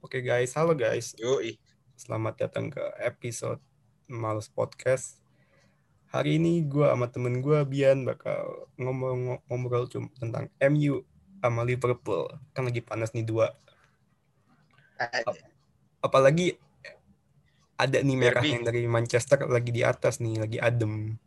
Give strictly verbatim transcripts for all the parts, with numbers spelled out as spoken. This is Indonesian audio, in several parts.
Oke guys, halo guys. Yoi. Selamat datang ke episode Males Podcast. Hari ini gue sama temen gue Bian bakal ngomong-ngobrol cuma tentang M U sama Liverpool. Kan lagi panas nih dua. Apalagi ada nih merah Derby. yang dari Manchester lagi di atas nih, lagi adem.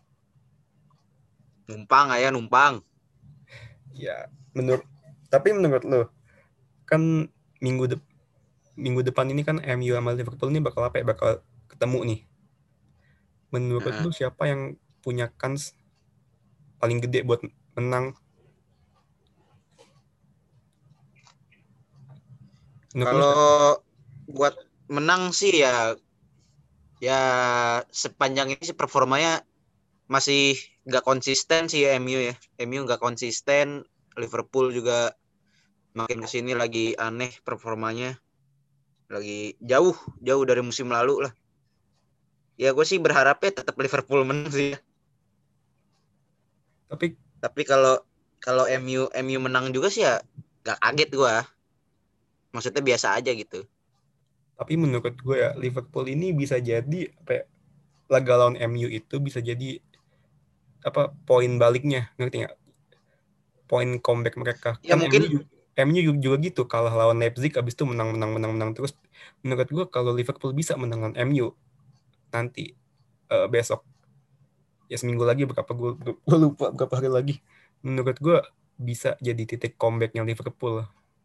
Numpang aja numpang. Ya, menurut tapi menurut lo kan minggu de- minggu depan ini kan M U sama Liverpool ini bakal apa ya? Bakal ketemu nih. Menurut Heeh. lu siapa yang punya kans paling gede buat menang? Menurut lu siapa? Kalau buat menang sih ya ya sepanjang ini sih performanya masih nggak konsisten sih ya M U ya. M U nggak konsisten. Liverpool juga makin kesini lagi aneh performanya. Lagi jauh jauh dari musim lalu lah. Ya gue sih berharapnya tetap Liverpool menang sih ya. Tapi Tapi kalau kalau M U M U menang juga sih ya nggak kaget gue. Maksudnya biasa aja gitu. tapi menurut gue ya Liverpool ini bisa jadi apa ya, laga lawan M U itu bisa jadi apa poin baliknya, ngerti nggak? Poin comeback mereka Ya kan M U mungkin juga, M U juga gitu kalah lawan Leipzig abis itu menang menang menang menang terus. Menurut gue kalau Liverpool bisa menang lawan M U nanti eh, besok ya seminggu lagi berapa gue, gue lupa berapa hari lagi, menurut gue bisa jadi titik comebacknya Liverpool.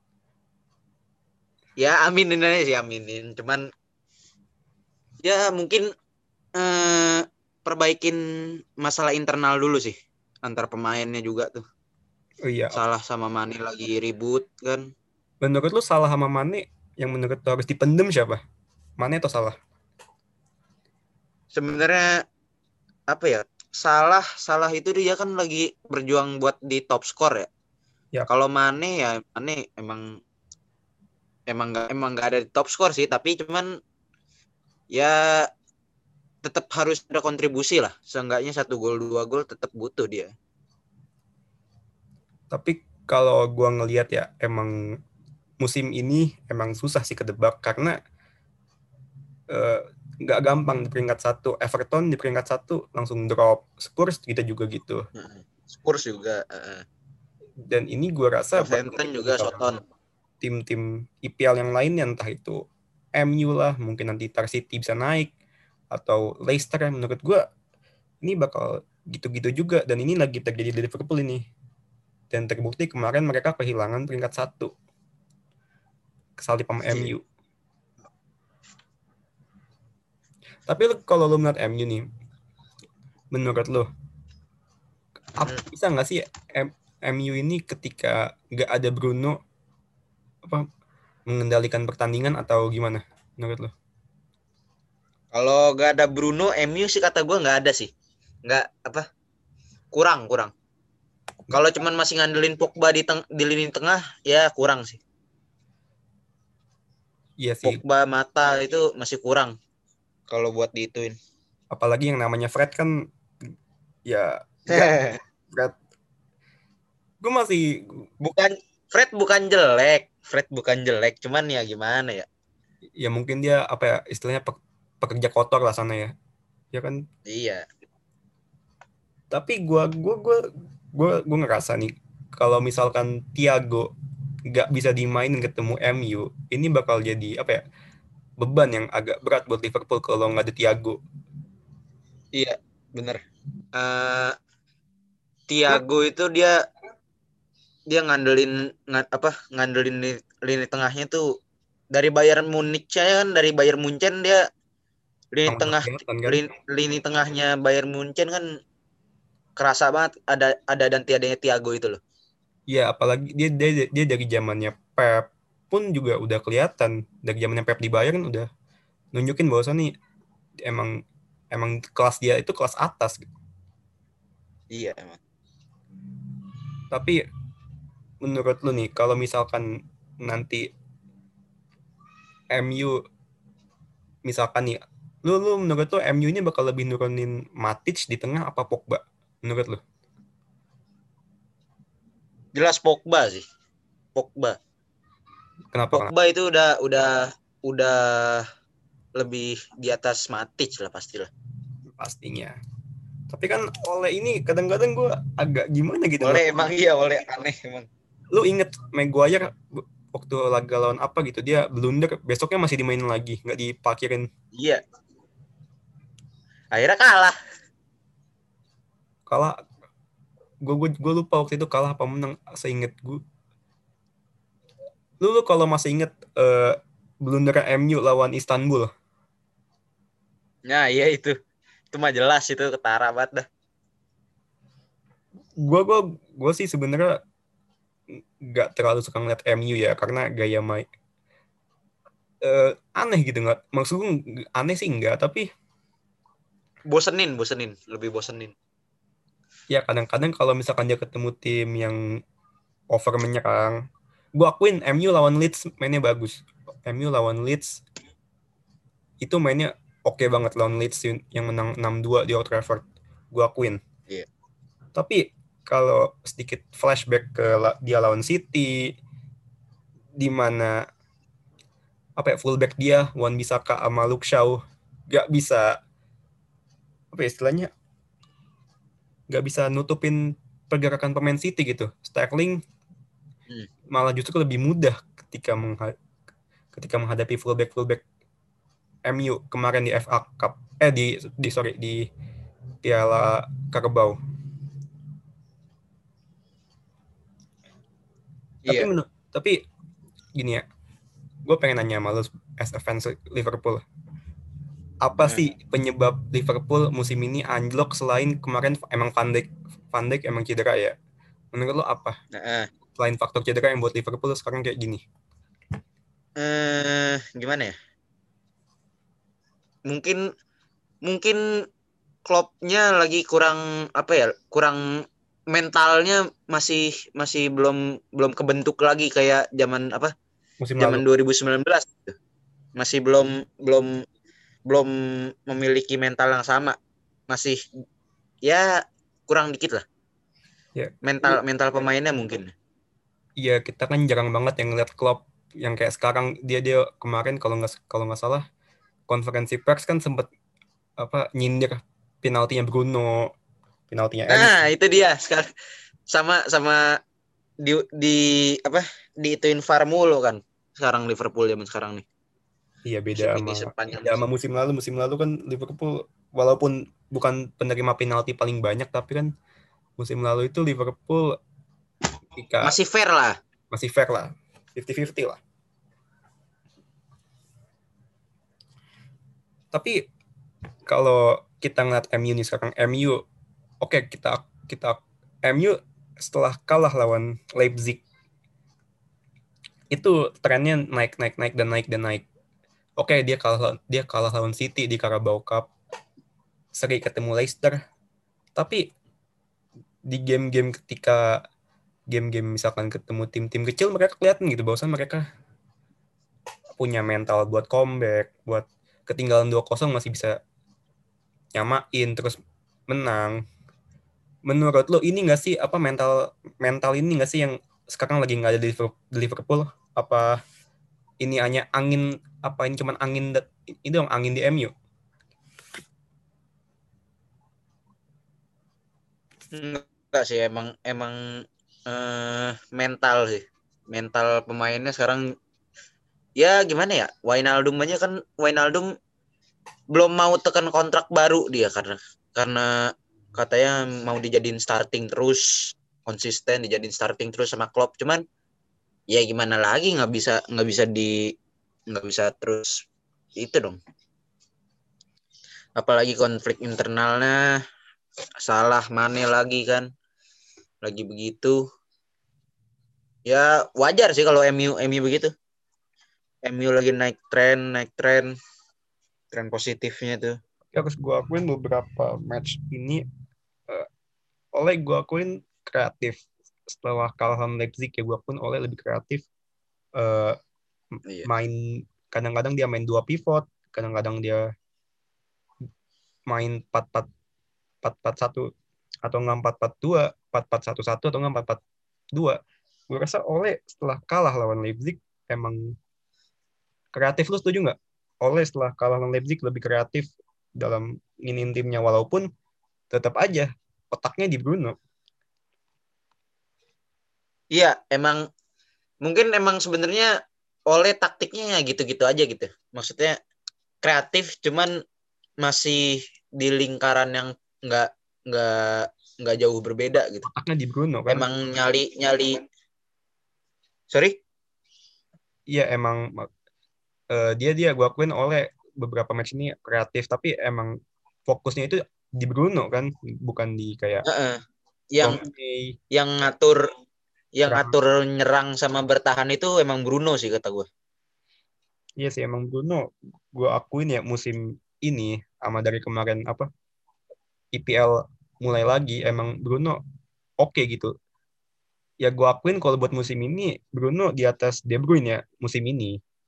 ya aminin aja sih aminin. Cuman ya mungkin eh, perbaikin masalah internal dulu sih antar pemainnya juga tuh. Oh iya, Salah sama Mane lagi ribut kan. menurut lu Salah sama Mane yang menurut lu harus dipendem siapa? Mane atau Salah? Sebenarnya apa ya? Salah salah itu dia kan lagi berjuang buat di top skor ya. Ya, Kalau Mane ya Mane emang emang nggak emang nggak ada di top skor sih, tapi cuman ya tetap harus ada kontribusi lah. Seenggaknya satu gol dua gol tetap butuh dia. tapi kalau gua ngelihat ya emang musim ini emang susah sih kedebak karena eh, nggak gampang di peringkat satu. Everton di peringkat satu langsung drop. Spurs kita juga gitu. Spurs juga. Uh, Dan ini gua rasa bakal Southampton ketemu juga sama Soton. tim-tim I P L yang lainnya, entah itu M U lah, mungkin nanti Tar City bisa naik, atau Leicester yang menurut gua ini bakal gitu-gitu juga. Dan ini lagi terjadi di Liverpool ini. Dan terbukti kemarin mereka kehilangan peringkat satu. Kesalip sama Iya. M U. Tapi kalau lo melihat M U nih, menurut lo apa, Hmm. bisa nggak sih M MU ini ketika nggak ada Bruno apa mengendalikan pertandingan atau gimana menurut lo? Kalau gak ada Bruno, M U sih kata gue nggak ada sih. Nggak apa? Kurang kurang. Nggak, Kalau cuman masih ngandelin Pogba di teng di lini tengah, ya kurang sih. iya sih. Pogba Mata itu masih kurang kalau buat diituin. Apalagi yang namanya Fred kan ya nggak Fred. Gue masih bukan Fred bukan jelek, Fred bukan jelek, cuman ya gimana ya? ya mungkin dia apa ya istilahnya pe- pekerja kotor lah sana ya. Ya kan. Iya. Tapi gue gue gue gue gue ngerasa nih kalau misalkan Thiago nggak bisa dimainin ketemu M U, ini bakal jadi apa ya beban yang agak berat buat Liverpool kalau nggak ada Thiago. Iya, bener. Uh, Karena Thiago itu dia dia ngandelin nga- apa ngandelin lini, lini tengahnya tuh dari Bayern Munich saya kan dari Bayern Munchen dia lini emang udah tengah kelihatan kan. lini, lini tengahnya Bayern Munchen kan kerasa banget ada ada dan tiadanya Thiago itu loh. Iya, apalagi dia dia dia dari zamannya Pep pun juga udah kelihatan, dari zamannya Pep di Bayern udah nunjukin bahwa nih emang emang kelas dia itu kelas atas gitu. Iya emang. Tapi menurut lu nih kalau misalkan nanti M U misalkan nih lu lu menurut lu M U ini bakal lebih nurunin Matic di tengah apa Pogba menurut lu? Jelas Pogba sih. Pogba. Kenapa? Kenapa? Pogba itu udah udah udah lebih di atas Matic lah pastilah. Pastinya. Tapi kan oleh ini kadang-kadang gue agak gimana gitu. Oleh emang iya, oleh aneh emang. Lu inget Maguire waktu laga lawan apa gitu, dia blunder, besoknya masih dimainin lagi, nggak dipakirin. Iya. Akhirnya kalah. Kalah, gue gue gue lupa waktu itu kalah apa menang, seinget gue. Lu, lu kalau masih inget uh, blunder M U lawan Istanbul. Nah, iya itu. Itu mah jelas itu ketara banget dah. Gue gue gue sih sebenarnya nggak terlalu suka ngeliat M U ya, karena gaya main uh, aneh gitu. Nggak, maksud gue aneh sih enggak, tapi Bosenin, bosenin, lebih bosenin. ya kadang-kadang kalau misalkan dia ketemu tim yang over menyerang, gue akuin M U lawan Leeds mainnya bagus. M U lawan Leeds itu mainnya oke okay banget lawan Leeds yang menang enam dua di Old Trafford. Gue akuin. Iya. Tapi kalau sedikit flashback ke dia lawan City, di mana apa ya, fullback dia Wan Bissaka sama Luke Shaw gak bisa, apa ya istilahnya, gak bisa nutupin pergerakan pemain City gitu. Sterling Hmm. malah justru lebih mudah ketika mengha- ketika menghadapi fullback fullback M U kemarin di F A Cup, eh di di sorry di Piala Carabao. Tapi Iya. menurut tapi gini ya, gue pengen nanya sama lu as a fans Liverpool, apa Hmm. sih penyebab Liverpool musim ini anjlok selain kemarin emang Van Dijk Van Dijk emang cedera ya? Menurut lo apa Nah, selain faktor cedera yang buat Liverpool sekarang kayak gini? eh gimana ya? Mungkin mungkin Kloppnya lagi kurang apa ya? Kurang mentalnya masih masih belum belum kebentuk lagi kayak zaman apa? Musim Zaman lalu. dua ribu sembilan belas gitu. Masih belum belum belum memiliki mental yang sama. Masih ya kurang dikit lah. Ya, Mental mental pemainnya mungkin. ya kita kan jarang banget yang ngeliat Klopp yang kayak sekarang. Dia dia kemarin kalau nggak kalau nggak salah konferensi pers kan sempet apa nyindir penaltinya Bruno, penaltinya M. Nah, itu dia sekarang sama sama di di apa diituin V A R mulu kan sekarang Liverpool zaman sekarang nih Iya, beda musim sama ini sepanjang beda sama musim. musim lalu. Musim lalu kan Liverpool walaupun bukan penerima penalti paling banyak, tapi kan musim lalu itu Liverpool ketika Masih fair lah. masih fair lah, fifty fifty lah. Tapi kalau kita ngeliat M U nih sekarang, M U oke okay, kita kita M U setelah kalah lawan Leipzig itu trennya naik naik naik dan naik dan naik. Oke, okay, dia kalah dia kalah lawan City di Carabao Cup, seri ketemu Leicester, tapi di game-game ketika game-game misalkan ketemu tim-tim kecil, mereka kelihatan gitu bahwasan mereka punya mental buat comeback, buat ketinggalan dua kosong masih bisa nyamain terus menang. Menurut lo ini nggak sih apa mental mental ini nggak sih yang sekarang lagi nggak ada di Liverpool? Apa ini hanya angin, apa ini cuman angin ini dong angin di M U? Enggak sih emang emang eh, mental sih mental pemainnya sekarang ya gimana ya Wijnaldum aja kan Wijnaldum belum mau tekan kontrak baru dia karena karena katanya mau dijadiin starting terus konsisten dijadiin starting terus sama Klopp cuman ya gimana lagi nggak bisa nggak bisa di nggak bisa terus itu dong apalagi konflik internalnya salah Mane lagi kan lagi begitu ya wajar sih kalau M U M U begitu M U lagi naik tren naik tren tren positifnya tuh Ya, harus gue akuin beberapa match ini uh, oleh gue akuin kreatif. Setelah kalahan Leipzig ya gue akuin oleh lebih kreatif, uh, iya main, kadang-kadang dia main dua pivot, kadang-kadang dia main empat empat empat empat satu atau nggak empat empat dua, empat empat satu satu atau nggak empat empat dua. Gue rasa oleh setelah kalah lawan Leipzig emang kreatif. Lu setuju nggak? Oleh setelah kalah lawan Leipzig lebih kreatif dalam nginin timnya, walaupun tetap aja otaknya di Bruno. Iya, emang mungkin emang sebenarnya oleh taktiknya ya gitu-gitu aja gitu. Maksudnya kreatif cuman masih di lingkaran yang nggak nggak nggak jauh berbeda gitu. Otaknya di Bruno kan. Emang nyali nyali sorry. Iya emang uh, dia dia gue akuin oleh beberapa match ini kreatif, tapi emang fokusnya itu di Bruno kan, bukan di kayak Uh-uh. yang Tomine, yang ngatur yang Ram. ngatur nyerang sama bertahan itu emang Bruno sih kata gue. Iya sih emang Bruno, gue akuin ya musim ini sama dari kemarin apa I P L mulai lagi emang Bruno oke okay gitu. Ya gue akuin kalau buat musim ini Bruno di atas De Bruyne ya musim ini.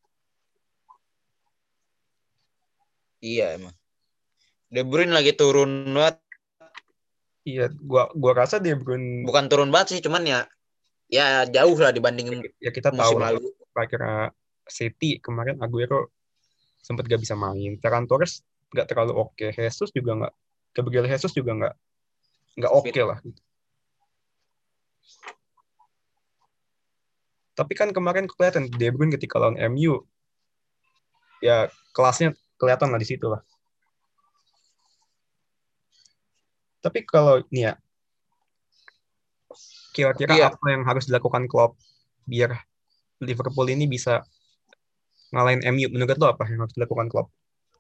Iya emang. De Bruyne lagi turun banget. Iya, gua gua rasa De Bruyne Bukan turun banget sih, cuman ya ya jauh lah ya, dibandingin ya kita tahu musim lah lalu. kira-kira City kemarin Aguero sempat gak bisa main. Ferran Torres nggak terlalu oke. Jesus juga nggak. Gabriel Jesus juga nggak nggak oke Fit. lah. Tapi kan kemarin kelihatan De Bruyne ketika lawan M U ya kelasnya kelihatan lah di situ lah. Tapi kalau ini ya kira-kira Iya, apa yang harus dilakukan Klopp biar Liverpool ini bisa ngalahin M U? Menurut lo apa yang harus dilakukan Klopp?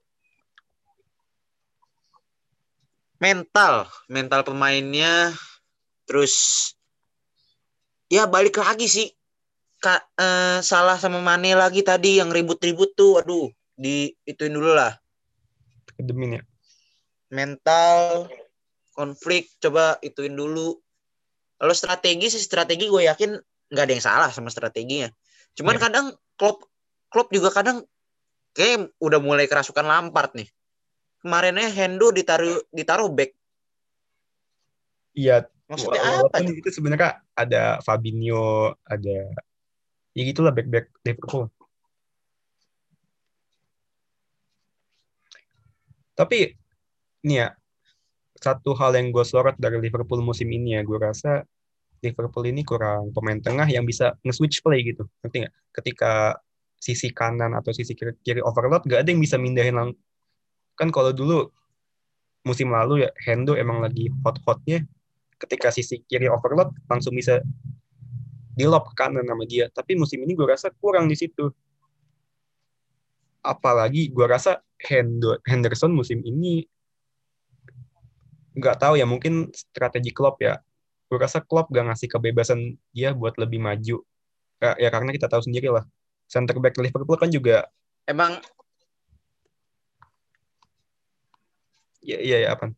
mental, mental pemainnya terus ya balik lagi sih. Kak, eh, salah sama Mane lagi tadi yang ribut-ribut tuh. Aduh, di ituin dulu lah. Kedemin ya. Mental, konflik, coba ituin dulu. Kalau strategi sih strategi gue yakin nggak ada yang salah sama strateginya. Cuman Iya. kadang Klopp Klopp juga kadang kayak udah mulai kerasukan Lampard nih. Kemarinnya Hendo ditaruh ditaruh back. Iya, Maksudnya wa- apa? walaupun itu sebenarnya ada Fabinho, ada ya gitulah back-back Liverpool. Tapi ini ya satu hal yang gue sorot dari Liverpool musim ini ya, gue rasa Liverpool ini kurang pemain tengah yang bisa nge-switch play gitu. Ngerti nggak? Ketika sisi kanan atau sisi kiri, kiri overload, gak ada yang bisa mindahin lang. Kan kalau dulu musim lalu ya Hendo emang lagi hot-hotnya, ketika sisi kiri overload langsung bisa di lob ke kanan sama dia. Tapi musim ini gue rasa kurang di situ. Apalagi gue rasa Hendo, Henderson musim ini nggak tahu ya mungkin strategi Klopp ya. Gue rasa Klopp gak ngasih kebebasan dia buat lebih maju. Ya, ya karena kita tahu sendiri lah. Center back Liverpool kan juga Emang ya iya ya apa?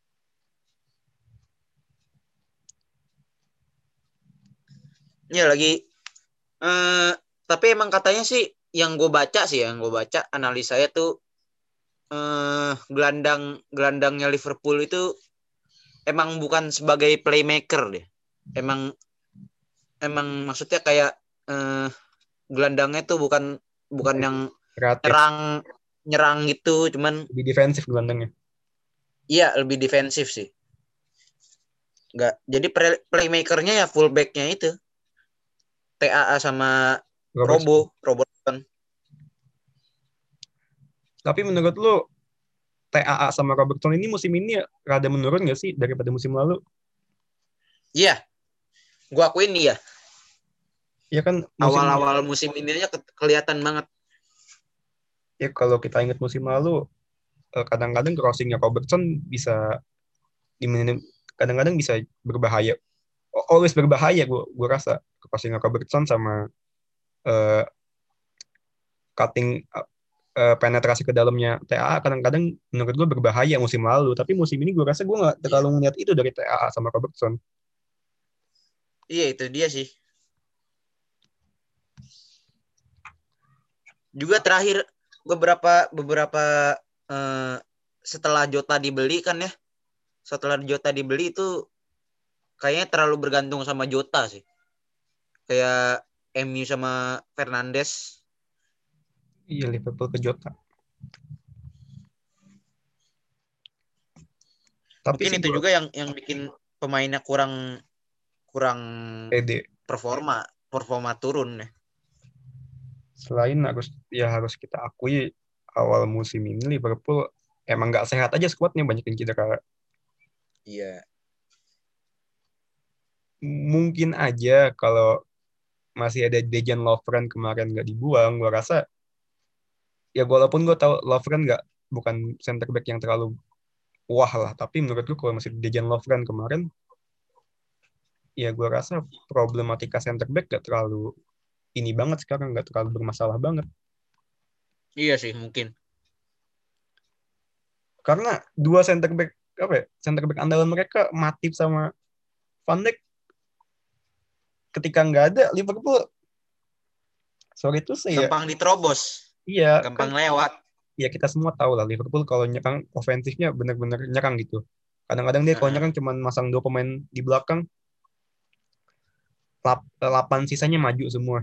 ya lagi eh tapi emang katanya sih yang gue baca sih yang gue baca analisanya tuh eh gelandang gelandangnya Liverpool itu emang bukan sebagai playmaker deh. Emang emang maksudnya kayak eh gelandangnya tuh bukan bukan yang Kreatif, nyerang nyerang gitu, cuman lebih defensif gelandangnya. iya lebih defensif sih. Enggak. Jadi playmakernya ya fullbacknya itu T A A sama Robo Robertson. Robertson. Tapi menurut lu T A A sama Robertson ini musim ini ya rada menurun nggak sih daripada musim lalu? Iya, gua akuin iya. Ya kan musim Awal-awal musim ini aja ke- kelihatan banget. ya kalau kita ingat musim lalu eh, kadang-kadang crossingnya Robertson bisa dimin- kadang-kadang bisa berbahaya. Always berbahaya gue gue rasa crossingnya Robertson sama eh, cutting eh, penetrasi ke dalamnya T A A kadang-kadang menurut gue berbahaya musim lalu. Tapi musim ini gue rasa gue nggak Iya. terlalu melihat itu dari T A A sama Robertson. Iya itu dia sih. Juga terakhir beberapa beberapa eh, setelah Jota dibeli kan ya. Setelah Jota dibeli itu kayaknya terlalu bergantung sama Jota sih. Kayak M U sama Fernandes. Iya, Liverpool ke Jota. Tapi Mungkin sih itu gue juga yang yang bikin pemainnya kurang kurang pede. performa performa turun ya. Selain harus ya harus kita akui awal musim ini Liverpool emang nggak sehat aja skuadnya, banyak yang cedera. Iya. Mungkin aja kalau masih ada Dejan Lovren kemarin nggak dibuang, gue rasa ya walaupun gue tahu Lovren nggak bukan center back yang terlalu wah lah, tapi menurut gue kalau masih Dejan Lovren kemarin, ya gue rasa problematika center back nggak terlalu ini banget sekarang, nggak terlalu bermasalah banget. Iya sih mungkin. Karena dua center back apa ya, center back andalan mereka Matip sama Van Dijk ketika nggak ada Liverpool, sorry itu sih ya, Gampang diterobos, iya kan, gampang lewat. ya kita semua tahu lah Liverpool kalau nyerang ofensifnya benar-benar nyerang gitu. Kadang-kadang dia kalau Heeh. nyerang cuma masang dua pemain di belakang, lap, delapan sisanya maju semua.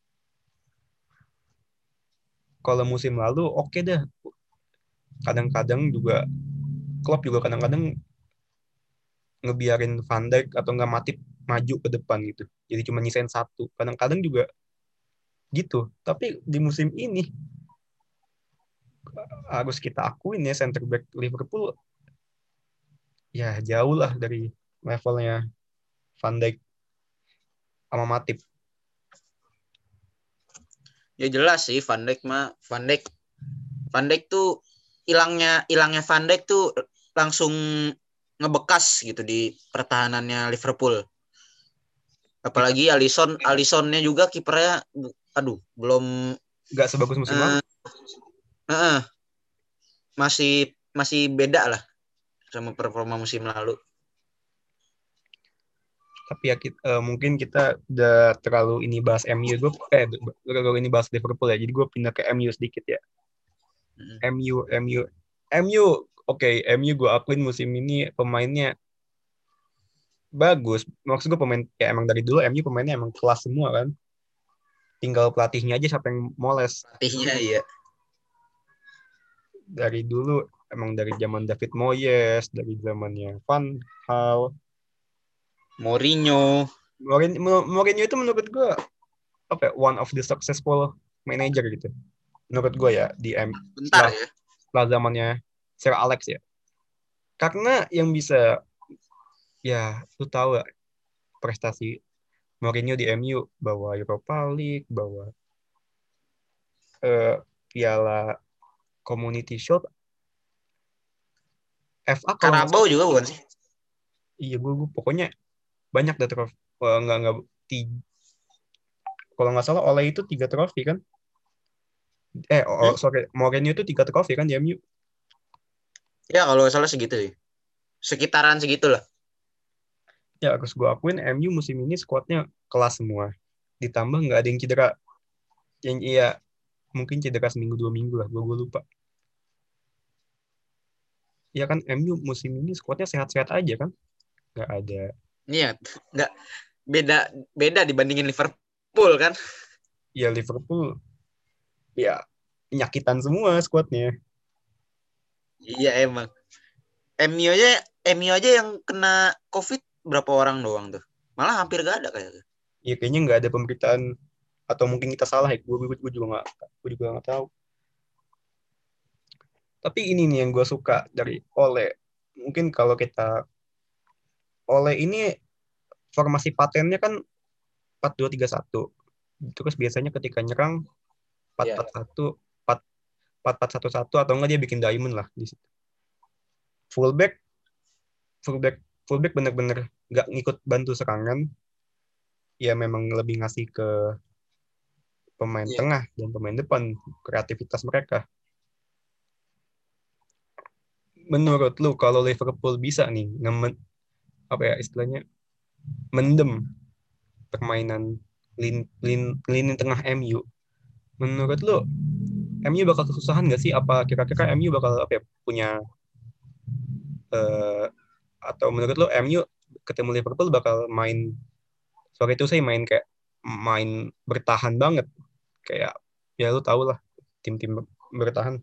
Kalau musim lalu oke okay dah, kadang-kadang juga Klopp juga kadang-kadang ngebiarin Van Dijk atau nggak Matip maju ke depan gitu. Jadi cuma nyisain satu. Kadang-kadang juga gitu. Tapi di musim ini harus kita akuin ya center back Liverpool ya jauh lah dari levelnya Van Dijk sama Matip. Ya jelas sih Van Dijk mah Van Dijk Van Dijk tuh hilangnya hilangnya Van Dijk tuh langsung ngebekas gitu di pertahanannya Liverpool. Ya, Apalagi Alisson Alissonnya juga kipernya aduh belum nggak sebagus musim lalu. eh, eh, masih masih beda lah sama performa musim lalu. Tapi ya kita, uh, mungkin kita udah terlalu ini bahas M U. Gue eh terlalu ini bahas Liverpool ya. Jadi gue pindah ke M U sedikit ya. Mm. M U, M U, M U. Oke, okay, M U gue akuin musim ini pemainnya bagus. Maksud gue pemain ya emang dari dulu M U pemainnya emang kelas semua kan. Tinggal pelatihnya aja siapa yang moles. Pelatihnya ya. Dari dulu emang dari zaman David Moyes, dari zamannya Van Gaal, Mourinho. Mourinho, Mourinho itu menurut gue apa ya, one of the successful manager gitu. Menurut gue ya di M Bentar setelah ya. setelah zamannya Sir Alex ya. Karena yang bisa ya lu tahu ya, prestasi Mourinho di M U bawa Europa League, bawa eh, piala Community Shield, F A kalau nggak Karabau salah. juga bukan sih? Iya gue, gue pokoknya banyak dah trofi. Eh, nggak nggak ti- kalau nggak salah oleh itu tiga trofi kan? Eh oh, Hmm? sorry Mourinho itu tiga trofi kan di M U. Ya kalau nggak salah segitu sih. Sekitaran segitulah. Ya harus gue akuin M U musim ini skuadnya kelas semua. Ditambah nggak ada yang cedera. Yang iya mungkin cedera seminggu dua minggu lah, gue gue lupa. Ya kan M U musim ini skuadnya sehat-sehat aja kan? Nggak ada. Iya, nggak beda beda dibandingin Liverpool kan. Ya Liverpool ya penyakitan semua skuadnya. Iya emang. M U aja M U aja yang kena COVID berapa orang doang tuh. Malah hampir gak ada kayaknya. Ya kayaknya nggak ada pemberitaan atau mungkin kita salah ya. Gue, gue, gue juga nggak gue juga nggak tahu. Tapi ini nih yang gue suka dari Ole. Mungkin kalau kita Ole ini formasi patennya kan empat dua tiga satu. Terus biasanya ketika nyerang empat Iya. empat satu, empat empat satu satu atau enggak dia bikin diamond lah di situ. Fullback fullback fullback bener-bener nggak ngikut bantu serangan. Ya memang lebih ngasih ke pemain Iya. tengah dan pemain depan kreativitas mereka. Menurut lu kalau Liverpool bisa nih ngemen apa ya istilahnya mendem permainan lin, lin, lini tengah M U. Menurut lu M U bakal kesusahan nggak sih? Apa kira-kira M U bakal apa ya, punya eh, atau menurut lu M U ketemu Liverpool bakal main sorry itu saya main kayak main bertahan banget. Kayak ya lu tau lah tim-tim bertahan.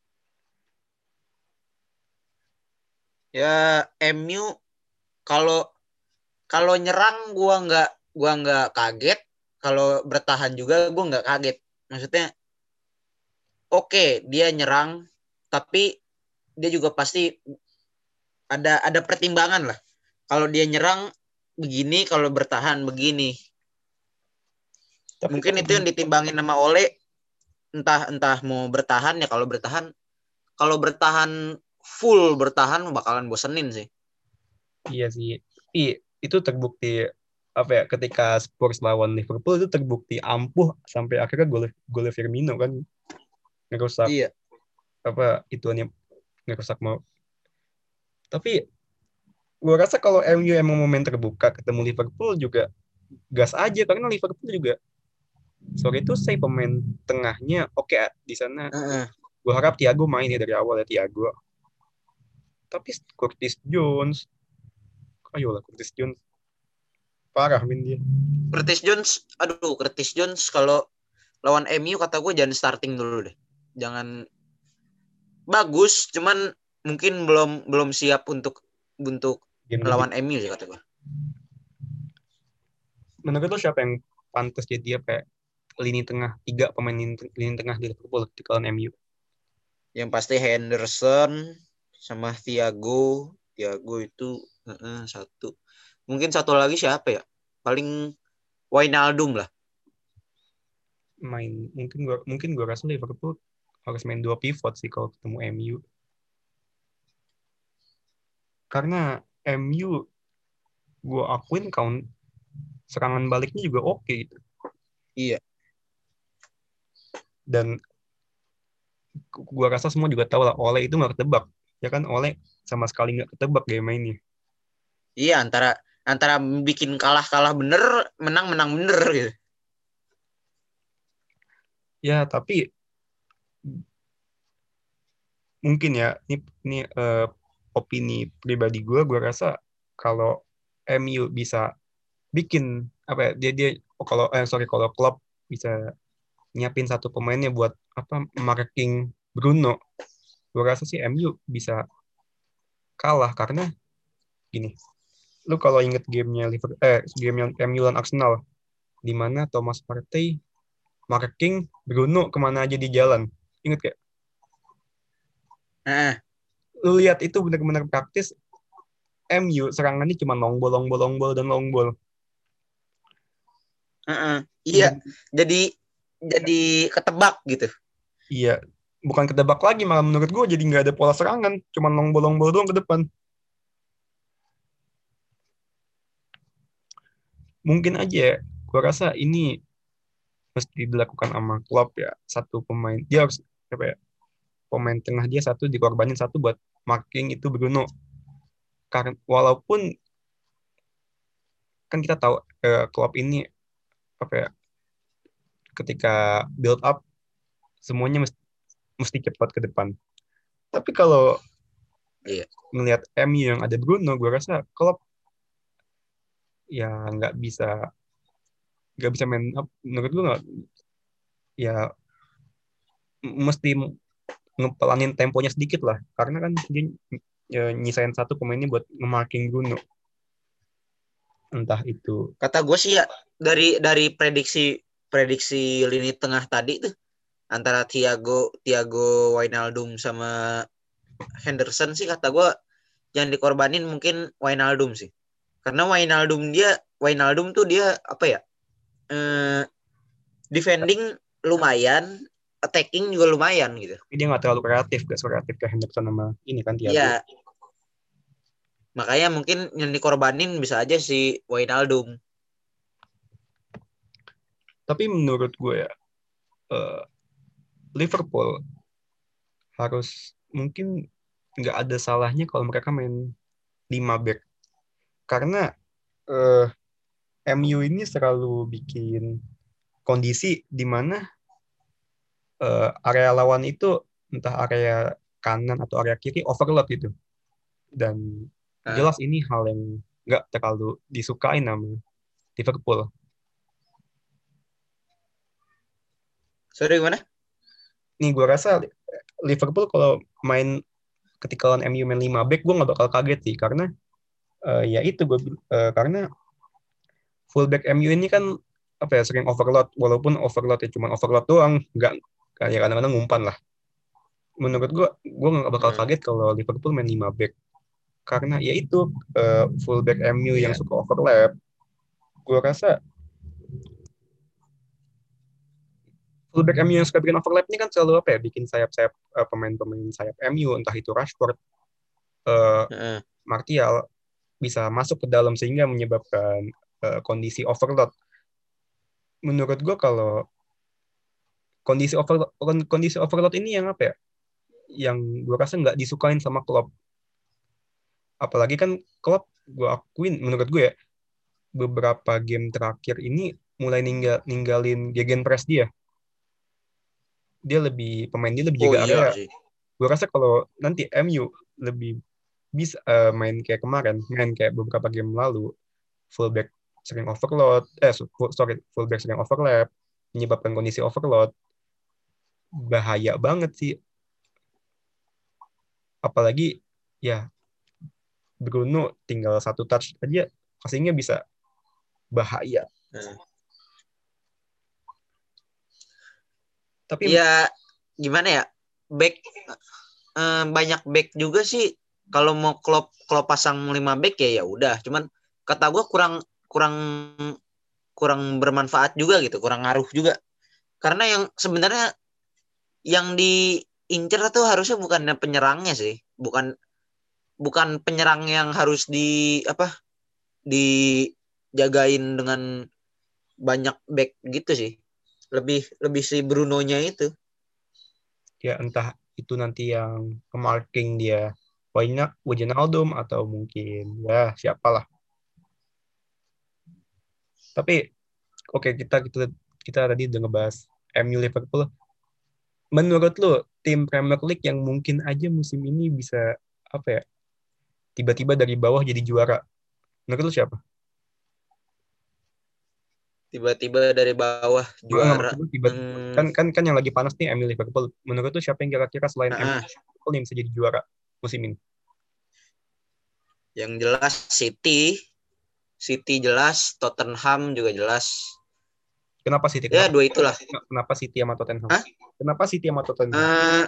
Ya M U kalau kalau nyerang gua nggak gua nggak kaget, kalau bertahan juga gua nggak kaget. Maksudnya oke okay, dia nyerang, tapi dia juga pasti ada ada pertimbangan lah. Kalau dia nyerang begini, kalau bertahan begini. Tapi Mungkin kalau itu yang ditimbangin sama Ole, entah entah mau bertahan ya, kalau bertahan kalau bertahan full bertahan bakalan bosenin sih. iya sih. I, itu terbukti apa ya ketika Spurs lawan Liverpool itu terbukti ampuh sampai akhirnya gol gol Firmino kan ngerusak Iya. apa ituannya ngerusak mau. Tapi gue rasa kalau M U emang momen terbuka ketemu Liverpool juga gas aja karena Liverpool juga sore itu saya pemain tengahnya oke okay, di sana. Uh-uh. Gue harap Thiago main ya dari awal ya Thiago. Tapi Curtis Jones, ayolah Curtis Jones parah min dia. Curtis Jones, aduh Curtis Jones kalau lawan M U kata gue jangan starting dulu deh. Jangan, bagus, cuman mungkin belum belum siap untuk untuk Game lawan lebih. M U sih kata gue. Menurut lo siapa yang pantas jadi apa? Lini tengah tiga pemain lini, lini tengah di Liverpool di kawan M U. Yang pasti Henderson sama Thiago. Thiago itu uh, satu. Mungkin satu lagi siapa ya? Paling Wijnaldum lah. Main mungkin gua mungkin gua rasa Liverpool harus main dua pivot sih kalau ketemu M U. Karena M U gua akuin count serangan baliknya juga oke okay, gitu. Iya. Dan gua rasa semua juga tahu lah Ole itu nggak ketebak. Ya kan Ole sama sekali nggak ketebak game mainnya. Iya, antara antara bikin kalah kalah bener, menang menang bener gitu. Ya tapi mungkin ya ini ini uh, opini pribadi gue gue rasa kalau M U bisa bikin apa ya, dia dia oh, kalau eh sorry kalau Klopp bisa nyiapin satu pemainnya buat apa marking Bruno, gue rasa sih M U bisa kalah karena gini, lu kalau inget gamenya Liverpool eh game yang M U lawan Arsenal di mana Thomas Partey marking Bruno kemana aja di jalan, inget kayak Nah, lu lihat itu benar-benar praktis. M U serangannya cuma long ball, long ball, long ball dan long ball. uh-uh. Iya, Dan jadi jadi ketebak gitu. iya, bukan ketebak lagi, malah menurut gue jadi nggak ada pola serangan, cuma long ball, long ball doang ke depan. Mungkin aja, gue rasa ini mesti dilakukan sama klub ya. Satu pemain, dia harus apa ya? Pemain tengah dia satu dikorbanin satu buat marking itu Bruno. Karena walaupun kan kita tahu eh, klub ini apa ya? Ketika build up semuanya mesti, mesti cepat ke depan. Tapi kalau Iya. ngelihat M U yang ada Bruno, gue rasa klub ya nggak bisa nggak bisa main menurut gue nggak ya mesti ngepelanin temponya sedikit lah karena kan dia ya, nyisain satu pemainnya buat nge-marking Bruno entah itu Kata gue sih ya, dari dari prediksi prediksi lini tengah tadi tuh antara Thiago Thiago Wijnaldum sama Henderson sih, kata gue yang dikorbanin mungkin Wijnaldum sih. Karena Wijnaldum dia Wijnaldum tuh dia apa ya? Eh, defending lumayan, attacking juga lumayan gitu. tapi dia nggak terlalu kreatif gak kreatif kayak Henderson sama ini kan Thiago. Iya, makanya mungkin yang dikorbanin bisa aja si Wijnaldum. Tapi menurut gue ya uh, Liverpool harus mungkin nggak ada salahnya kalau mereka main lima back karena uh, M U ini selalu bikin kondisi di mana uh, area lawan itu entah area kanan atau area kiri overload gitu. Dan Nah, jelas ini hal yang nggak terlalu disukain sama Liverpool. Sorry gimana? Nih gue rasa Liverpool kalau main ketika lawan M U main lima back gue nggak bakal kaget sih karena uh, ya itu gue uh, karena fullback M U ini kan apa ya sering overload walaupun overload ya cuma overload doang nggak kayak kadang-kadang ngumpan lah. Menurut gue gue nggak bakal Hmm, kaget kalau Liverpool main lima back karena ya itu uh, fullback M U yang iya. suka overlap. Gue rasa fullback M U yang suka bikin overlap ini kan selalu apa ya bikin sayap-sayap uh, pemain-pemain sayap M U entah itu Rashford, uh, Heeh. Martial bisa masuk ke dalam sehingga menyebabkan uh, kondisi overload. Menurut gue kalau kondisi overload kondisi overload ini yang apa ya yang gue rasa nggak disukain sama Klopp. Apalagi kan Klopp gue akuin menurut gue ya beberapa game terakhir ini mulai ninggal, ninggalin gegenpress dia. Dia lebih pemain dia lebih Oh jaga iya area. sih. Gue rasa kalau nanti M U lebih bisa uh, main kayak kemarin, main kayak beberapa game lalu, fullback sering overload, eh full, sorry, fullback sering overlap, menyebabkan kondisi overload, bahaya banget sih. Apalagi ya Bruno tinggal satu touch aja, passingnya bisa bahaya. Heeh. Tapi Ya gimana ya? Back eh, banyak back juga sih kalau mau klub klub pasang lima back ya ya udah. Cuman kata gue kurang kurang kurang bermanfaat juga gitu, kurang ngaruh juga. Karena yang sebenarnya yang diincer tuh harusnya bukannya penyerangnya sih, bukan bukan penyerang yang harus di apa dijagain dengan banyak back gitu sih. Lebih lebih si Bruno-nya itu. ya entah itu nanti yang ke-marking dia Wajna, Wijnaldum atau mungkin ya siapalah. Tapi oke okay, kita kita kita tadi udah ngebahas M U Liverpool. Menurut lu tim Premier League yang mungkin aja musim ini bisa apa ya tiba-tiba dari bawah jadi juara? Menurut lu siapa? Tiba-tiba dari bawah Nggak, nggak juara. maksud lu tiba-tiba Hmm, kan kan kan yang lagi panas nih M U Liverpool. Menurut lu siapa yang kira-kira selain M U uh-uh. Liverpool yang bisa jadi juara musim ini? Yang jelas City, City jelas, Tottenham juga jelas. Kenapa City? Ya Kenapa dua itulah. kenapa City sama Tottenham? Hah? Kenapa City sama Tottenham? Uh,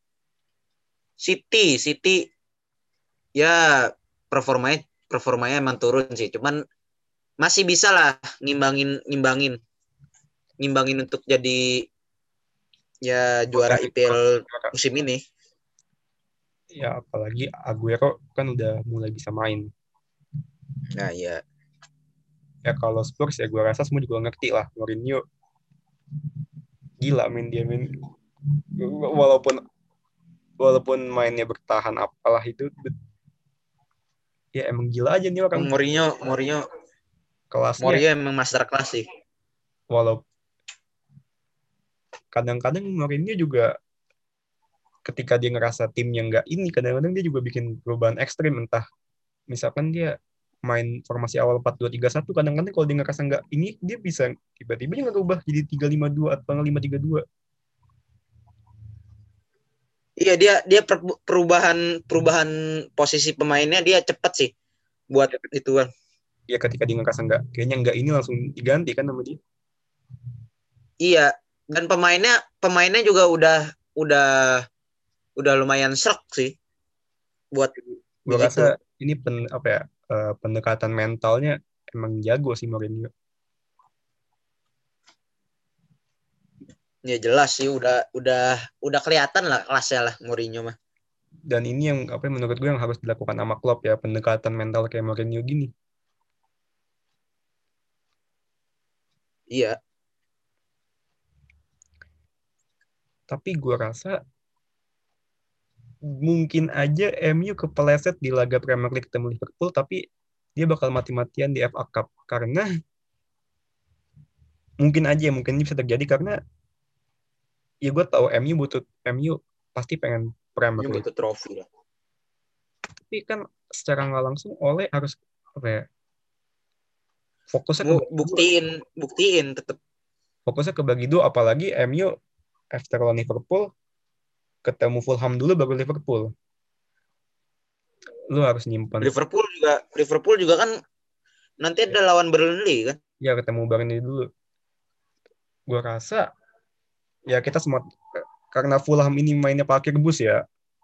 City, City ya performanya performanya emang turun sih. Cuman masih bisa lah ngimbangin ngimbangin ngimbangin untuk jadi ya juara Potensi I P L juara. musim ini. Ya apalagi Aguero kan udah mulai bisa main. Nah ya. Ya kalau Spurs ya gue rasa semua juga ngerti lah. Mourinho gila main dia main walaupun walaupun mainnya bertahan apalah itu ya emang gila aja nih orang Mourinho, Mourinho, kelasnya Mourinho emang master class sih. walau kadang-kadang Mourinho juga ketika dia ngerasa timnya nggak ini kadang-kadang dia juga bikin perubahan ekstrim entah misalkan dia main formasi awal empat dua tiga satu kadang-kadang kalau dia ngerasa nggak ini dia bisa tiba-tiba dia ngerubah jadi tiga lima dua atau lima tiga dua. Iya dia dia per- perubahan perubahan posisi pemainnya dia cepet sih buat Ya, itu kan. ya ketika dia ngerasa nggak kayaknya nggak ini langsung diganti kan sama dia. Iya dan pemainnya pemainnya juga udah udah udah lumayan serak sih buat Gue rasa begitu. ini pen, apa ya eh, pendekatan mentalnya emang jago sih Mourinho. Ya jelas sih udah udah udah kelihatan lah kelasnya lah Mourinho mah. Dan ini yang apa yang menurut gue yang harus dilakukan sama Klopp ya pendekatan mental kayak Mourinho gini. Iya. Tapi gue rasa mungkin aja M U kepeleset di laga Premier League ketemu Liverpool tapi dia bakal mati-matian di F A Cup karena mungkin aja mungkin ini bisa terjadi karena ya gue tahu M U butuh M U pasti pengen Premier Ini League butuh trofi lah. tapi kan secara nggak langsung oleh harus apa ya fokusnya ke Mau bagi dua buktiin buktiin tetap. fokusnya ke bagi dua apalagi M U after lawan Liverpool ketemu Fulham dulu baru Liverpool. Lu harus nyimpan. Liverpool juga Liverpool juga kan nanti ada lawan Burnley kan? Ya ketemu Burnley dulu. Gue rasa ya kita semua karena Fulham ini mainnya pakai rebus ya.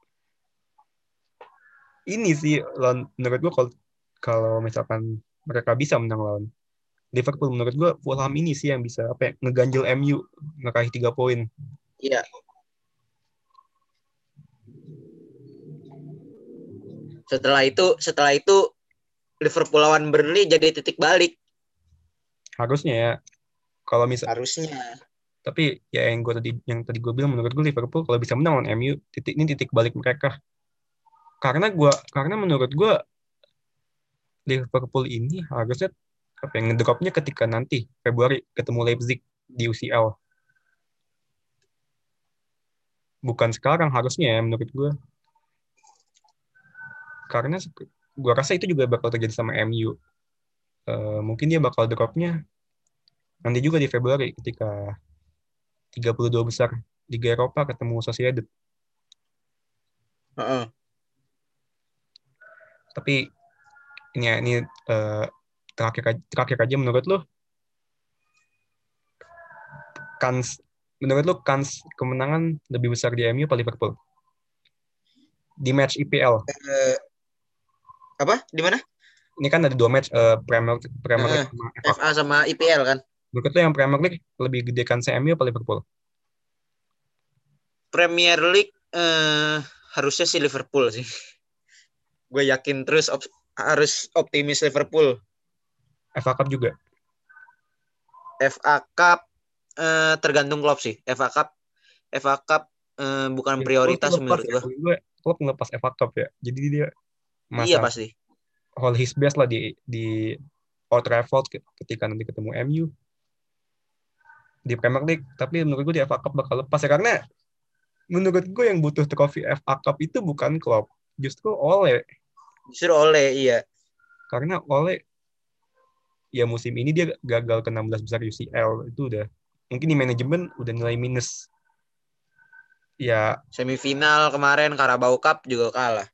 Ini sih lawan, menurut gue kalau kalau misalkan mereka bisa menang lawan Liverpool, menurut gue Fulham ini sih yang bisa apa ya, ngeganjel M U ngeraih tiga poin. Iya. Setelah itu setelah itu Liverpool lawan Burnley jadi titik balik. Harusnya ya. Kalau misal Harusnya. Tapi ya yang gue tadi yang tadi gue bilang menurut gue Liverpool kalau bisa menang lawan M U, titik ini titik balik mereka. Karena gue karena menurut gue Liverpool ini harusnya apa yang ngedropnya ketika nanti Februari ketemu Leipzig di U C L. Bukan sekarang harusnya ya menurut gue. Karena gue rasa itu juga bakal terjadi sama M U. Uh, mungkin dia bakal dropnya nanti juga di Februari ketika tiga puluh dua besar Liga Eropa ketemu Sociedad. Uh-uh. Tapi ini ini uh, terakhir terakhir aja menurut lo kans menurut lo kans kemenangan lebih besar di M U atau Liverpool di match I P L? Uh, apa? Di mana? Ini kan ada dua match uh, Premier Premier Uh-uh. League sama F A. F A sama I P L kan? Menurut lo yang Premier League lebih gede kans M U atau Liverpool? Premier League uh, harusnya sih Liverpool sih. Gue yakin terus op- harus optimis Liverpool. F A Cup juga. F A Cup uh, tergantung klub sih. F A Cup F A Cup uh, bukan Ya, prioritas lepas menurut ya. gue. Gue klub ngelepas F A Cup ya. Jadi dia Iya masa pasti. hold his best lah di di Old Trafford ketika nanti ketemu M U di Premier League. Tapi menurut gue di F A Cup bakal lepas ya karena menurut gue yang butuh trofi F A Cup itu bukan Klopp, justru Ole. Justru Ole, iya. Karena Ole ya musim ini dia gagal ke enam belas besar U C L, itu udah mungkin di manajemen udah nilai minus. Ya semifinal kemarin Carabao Cup juga kalah.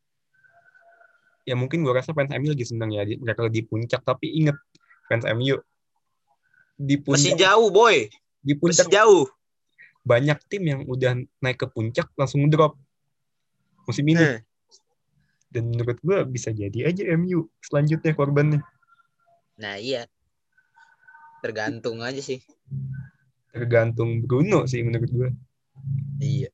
Ya mungkin gue rasa fans M U lagi seneng ya mereka di puncak, tapi inget fans M U di Masih puncak jauh, boy. di puncak Masih jauh. banyak tim yang udah naik ke puncak langsung drop musim ini. Hmm. Dan menurut gue bisa jadi aja M U selanjutnya korbannya. Nah iya, tergantung aja sih. Tergantung Bruno sih menurut gue. Iya.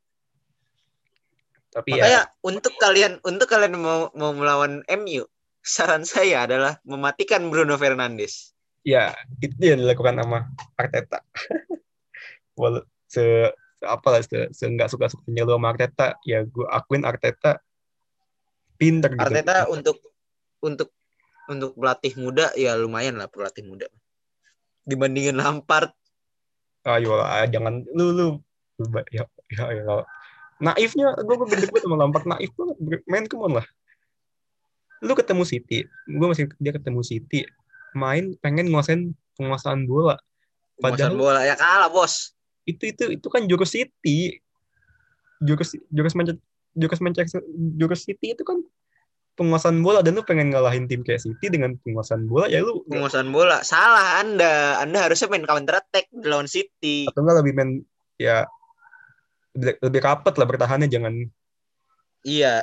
Tapi Makanya ya untuk kalian untuk kalian mau mau melawan M U, saran saya adalah mematikan Bruno Fernandes. ya itu yang dilakukan sama Arteta. Walau se, se apa lah se, se nggak suka sukanya lu sama Arteta, ya gue akuin Arteta pinter gitu. Arteta untuk untuk untuk pelatih muda ya lumayan lah pelatih muda. Dibandingin Lampard. Ayo lah, jangan lu lu ya ya, ya. Naifnya gue gue gede gue sama Lampard, naif banget main, come on lah. Lu ketemu City, gue masih dia ketemu City main pengen nguasain penguasaan bola, Penguasaan padahal bola ya kalah, bos. itu itu itu kan jurus City, jurus jurus Manchester jurus Manchester jurus City itu kan penguasaan bola, dan lu pengen ngalahin tim kayak City dengan penguasaan bola, ya lu Penguasaan bola salah Anda. Anda harusnya main counter attack lawan City. atau enggak lebih main ya lebih, lebih rapet lah bertahannya, jangan Iya.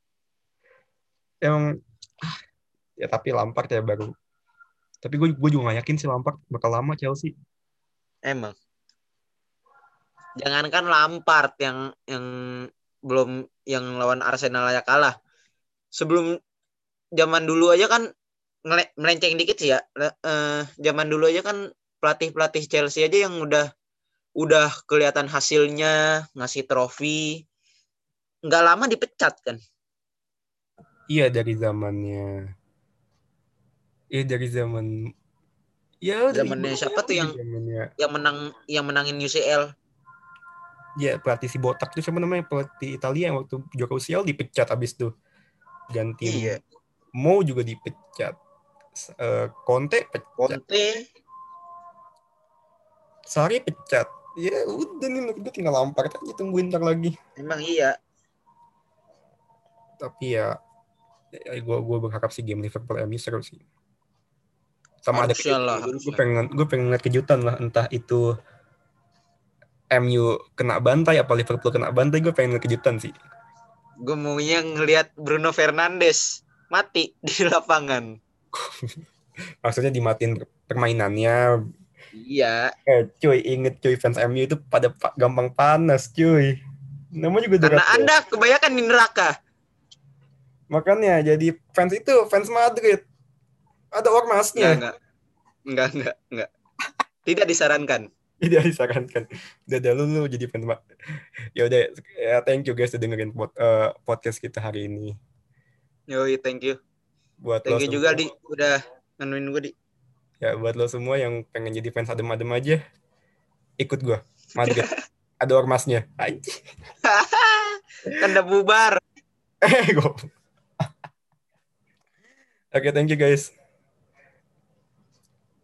emang ah, ya tapi Lampard ya baru, tapi gue gue juga gak yakin sih Lampard bakal lama Chelsea. Emang. Jangankan Lampard yang yang belum yang lawan Arsenal aja kalah. Sebelum zaman dulu aja kan melenceng dikit sih ya. Eh, zaman dulu aja kan pelatih-pelatih Chelsea aja yang udah udah kelihatan hasilnya, ngasih trofi, nggak lama dipecat kan? Iya dari zamannya, iya dari zaman, ya dari Zamannya siapa tuh yang zamannya yang menang yang menangin U C L? ya pelatih si botak itu siapa namanya, pelatih Italia yang waktu Joko Usial dipecat abis tuh, ganti Iya. Mo juga dipecat, uh, Conte pecat, Conte, Sarri pecat, Ya udah nih menurut gue tinggal Lampard aja tungguin ntar lagi. Emang iya. Tapi ya, ya gue gue berharap sih game Liverpool M U seru sih. Sama ada Harusnya lah, kejutan. Gue harusnya. pengen gue pengen ngeliat kejutan lah, entah itu M U kena bantai apa Liverpool kena bantai, gue pengen ngeliat kejutan sih. Gue maunya ngelihat Bruno Fernandes mati di lapangan. Maksudnya dimatiin permainannya. Iya, Eh cuy, inget cuy, fans M U itu pada pa- gampang panas cuy. Namanya juga karena Durat. Anda kebanyakan di neraka. Makanya jadi fans itu fans Madrid. Ada Enggak, ormasnya. enggak. Enggak, enggak, enggak. Tidak disarankan. Tidak disarankan. Udah dah lu, lu jadi fans Madrid. Ya udah ya, thank you guys udah dengerin pod, eh, podcast kita hari ini. Yoi, thank you. Buat lo Thank you juga, semua, Di. Udah nganuin gue, Di. ya buat lo semua yang pengen jadi fans adem-adem aja, ikut gua. Madrid. Ada ormasnya. Anjing. Kan udah bubar. Eh, gue. Oke, thank you guys.